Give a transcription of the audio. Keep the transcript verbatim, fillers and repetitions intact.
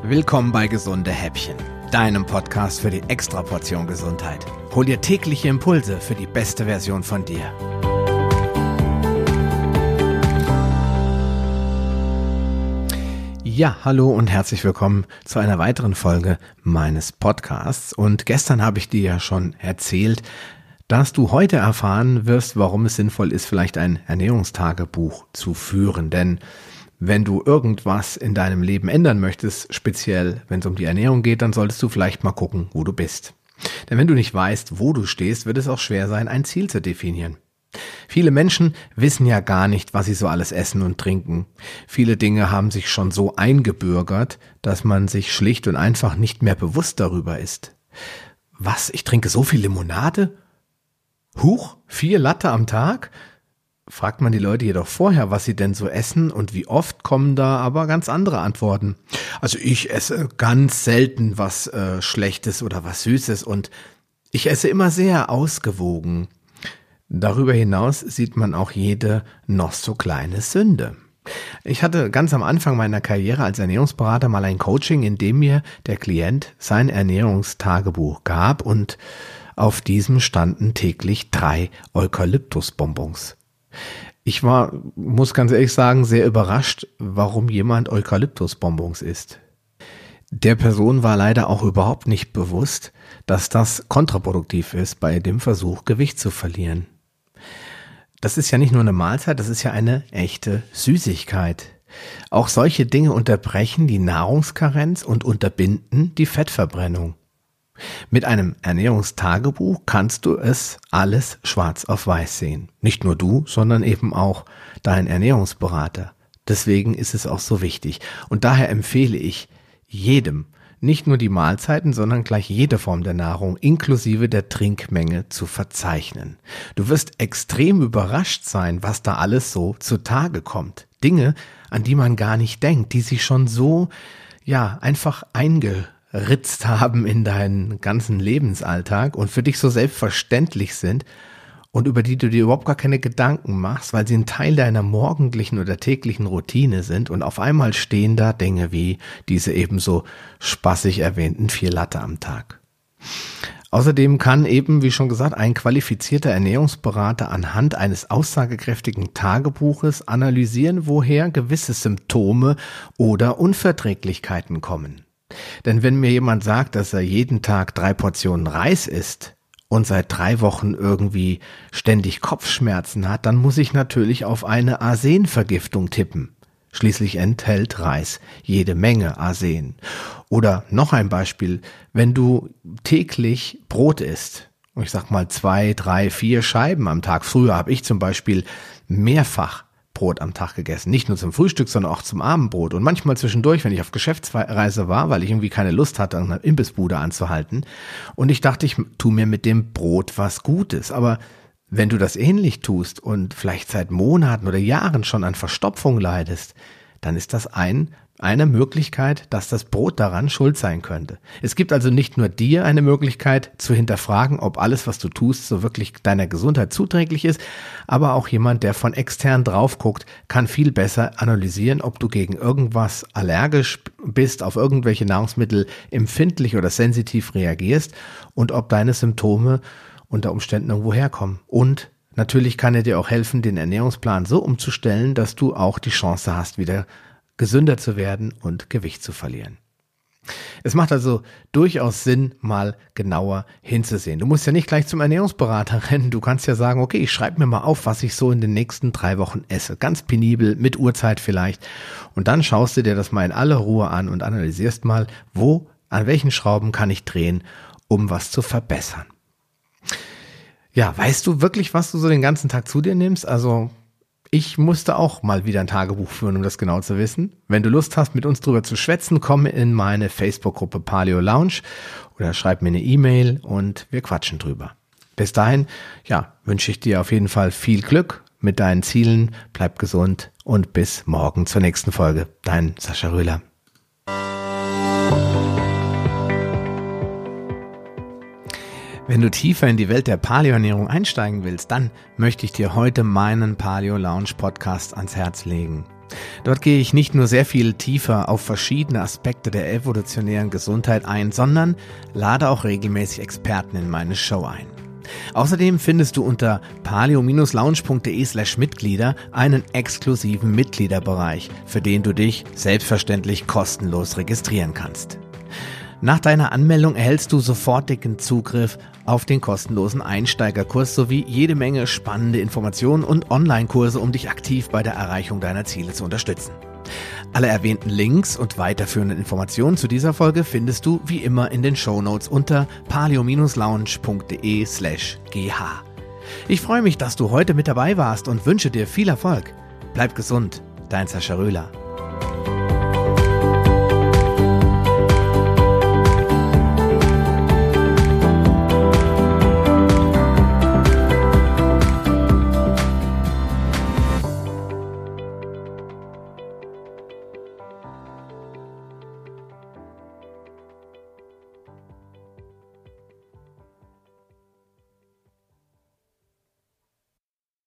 Willkommen bei Gesunde Häppchen, deinem Podcast für die Extraportion Gesundheit. Hol dir tägliche Impulse für die beste Version von dir. Ja, hallo und herzlich willkommen zu einer weiteren Folge meines Podcasts. Und gestern habe ich dir ja schon erzählt, dass du heute erfahren wirst, warum es sinnvoll ist, vielleicht ein Ernährungstagebuch zu führen. Denn wenn du irgendwas in deinem Leben ändern möchtest, speziell wenn es um die Ernährung geht, dann solltest du vielleicht mal gucken, wo du bist. Denn wenn du nicht weißt, wo du stehst, wird es auch schwer sein, ein Ziel zu definieren. Viele Menschen wissen ja gar nicht, was sie so alles essen und trinken. Viele Dinge haben sich schon so eingebürgert, dass man sich schlicht und einfach nicht mehr bewusst darüber ist. Was? Ich trinke so viel Limonade? Huch, vier Latte am Tag? Fragt man die Leute jedoch vorher, was sie denn so essen, und wie oft, kommen da aber ganz andere Antworten. Also ich esse ganz selten was äh, Schlechtes oder was Süßes und ich esse immer sehr ausgewogen. Darüber hinaus sieht man auch jede noch so kleine Sünde. Ich hatte ganz am Anfang meiner Karriere als Ernährungsberater mal ein Coaching, in dem mir der Klient sein Ernährungstagebuch gab und auf diesem standen täglich drei Eukalyptusbonbons. Ich war, muss ganz ehrlich sagen, sehr überrascht, warum jemand Eukalyptusbonbons isst. Der Person war leider auch überhaupt nicht bewusst, dass das kontraproduktiv ist bei dem Versuch, Gewicht zu verlieren. Das ist ja nicht nur eine Mahlzeit, das ist ja eine echte Süßigkeit. Auch solche Dinge unterbrechen die Nahrungskarenz und unterbinden die Fettverbrennung. Mit einem Ernährungstagebuch kannst du es alles schwarz auf weiß sehen. Nicht nur du, sondern eben auch dein Ernährungsberater. Deswegen ist es auch so wichtig. Und daher empfehle ich jedem, nicht nur die Mahlzeiten, sondern gleich jede Form der Nahrung inklusive der Trinkmenge zu verzeichnen. Du wirst extrem überrascht sein, was da alles so zutage kommt. Dinge, an die man gar nicht denkt, die sich schon so, ja, einfach eingeritzt haben in deinen ganzen Lebensalltag und für dich so selbstverständlich sind und über die du dir überhaupt gar keine Gedanken machst, weil sie ein Teil deiner morgendlichen oder täglichen Routine sind, und auf einmal stehen da Dinge wie diese ebenso spaßig erwähnten vier Latte am Tag. Außerdem kann eben, wie schon gesagt, ein qualifizierter Ernährungsberater anhand eines aussagekräftigen Tagebuches analysieren, woher gewisse Symptome oder Unverträglichkeiten kommen. Denn wenn mir jemand sagt, dass er jeden Tag drei Portionen Reis isst und seit drei Wochen irgendwie ständig Kopfschmerzen hat, dann muss ich natürlich auf eine Arsenvergiftung tippen. Schließlich enthält Reis jede Menge Arsen. Oder noch ein Beispiel, wenn du täglich Brot isst, und ich sag mal zwei, drei, vier Scheiben am Tag. Früher habe ich zum Beispiel mehrfach Brot am Tag gegessen. Nicht nur zum Frühstück, sondern auch zum Abendbrot. Und manchmal zwischendurch, wenn ich auf Geschäftsreise war, weil ich irgendwie keine Lust hatte, an einer Imbissbude anzuhalten. Und ich dachte, ich tue mir mit dem Brot was Gutes. Aber wenn du das ähnlich tust und vielleicht seit Monaten oder Jahren schon an Verstopfung leidest, dann ist das ein eine Möglichkeit, dass das Brot daran schuld sein könnte. Es gibt also nicht nur dir eine Möglichkeit zu hinterfragen, ob alles, was du tust, so wirklich deiner Gesundheit zuträglich ist, aber auch jemand, der von extern drauf guckt, kann viel besser analysieren, ob du gegen irgendwas allergisch bist, auf irgendwelche Nahrungsmittel empfindlich oder sensitiv reagierst und ob deine Symptome unter Umständen irgendwo herkommen. Und natürlich kann er dir auch helfen, den Ernährungsplan so umzustellen, dass du auch die Chance hast, wieder gesünder zu werden und Gewicht zu verlieren. Es macht also durchaus Sinn, mal genauer hinzusehen. Du musst ja nicht gleich zum Ernährungsberater rennen. Du kannst ja sagen, okay, ich schreibe mir mal auf, was ich so in den nächsten drei Wochen esse. Ganz penibel, mit Uhrzeit vielleicht. Und dann schaust du dir das mal in aller Ruhe an und analysierst mal, wo, an welchen Schrauben kann ich drehen, um was zu verbessern. Ja, weißt du wirklich, was du so den ganzen Tag zu dir nimmst? Also ich musste auch mal wieder ein Tagebuch führen, um das genau zu wissen. Wenn du Lust hast, mit uns drüber zu schwätzen, komm in meine Facebook-Gruppe Paleo Lounge oder schreib mir eine E-Mail und wir quatschen drüber. Bis dahin, ja, wünsche ich dir auf jeden Fall viel Glück mit deinen Zielen, bleib gesund und bis morgen zur nächsten Folge. Dein Sascha Röhler. Wenn du tiefer in die Welt der Paleo-Ernährung einsteigen willst, dann möchte ich dir heute meinen Paleo Lounge Podcast ans Herz legen. Dort gehe ich nicht nur sehr viel tiefer auf verschiedene Aspekte der evolutionären Gesundheit ein, sondern lade auch regelmäßig Experten in meine Show ein. Außerdem findest du unter paleo-lounge.de slash Mitglieder einen exklusiven Mitgliederbereich, für den du dich selbstverständlich kostenlos registrieren kannst. Nach deiner Anmeldung erhältst du sofortigen Zugriff auf den kostenlosen Einsteigerkurs sowie jede Menge spannende Informationen und Online-Kurse, um dich aktiv bei der Erreichung deiner Ziele zu unterstützen. Alle erwähnten Links und weiterführenden Informationen zu dieser Folge findest du wie immer in den Shownotes unter paleo-lounge.de slash gh. Ich freue mich, dass du heute mit dabei warst und wünsche dir viel Erfolg. Bleib gesund, dein Sascha Röhler.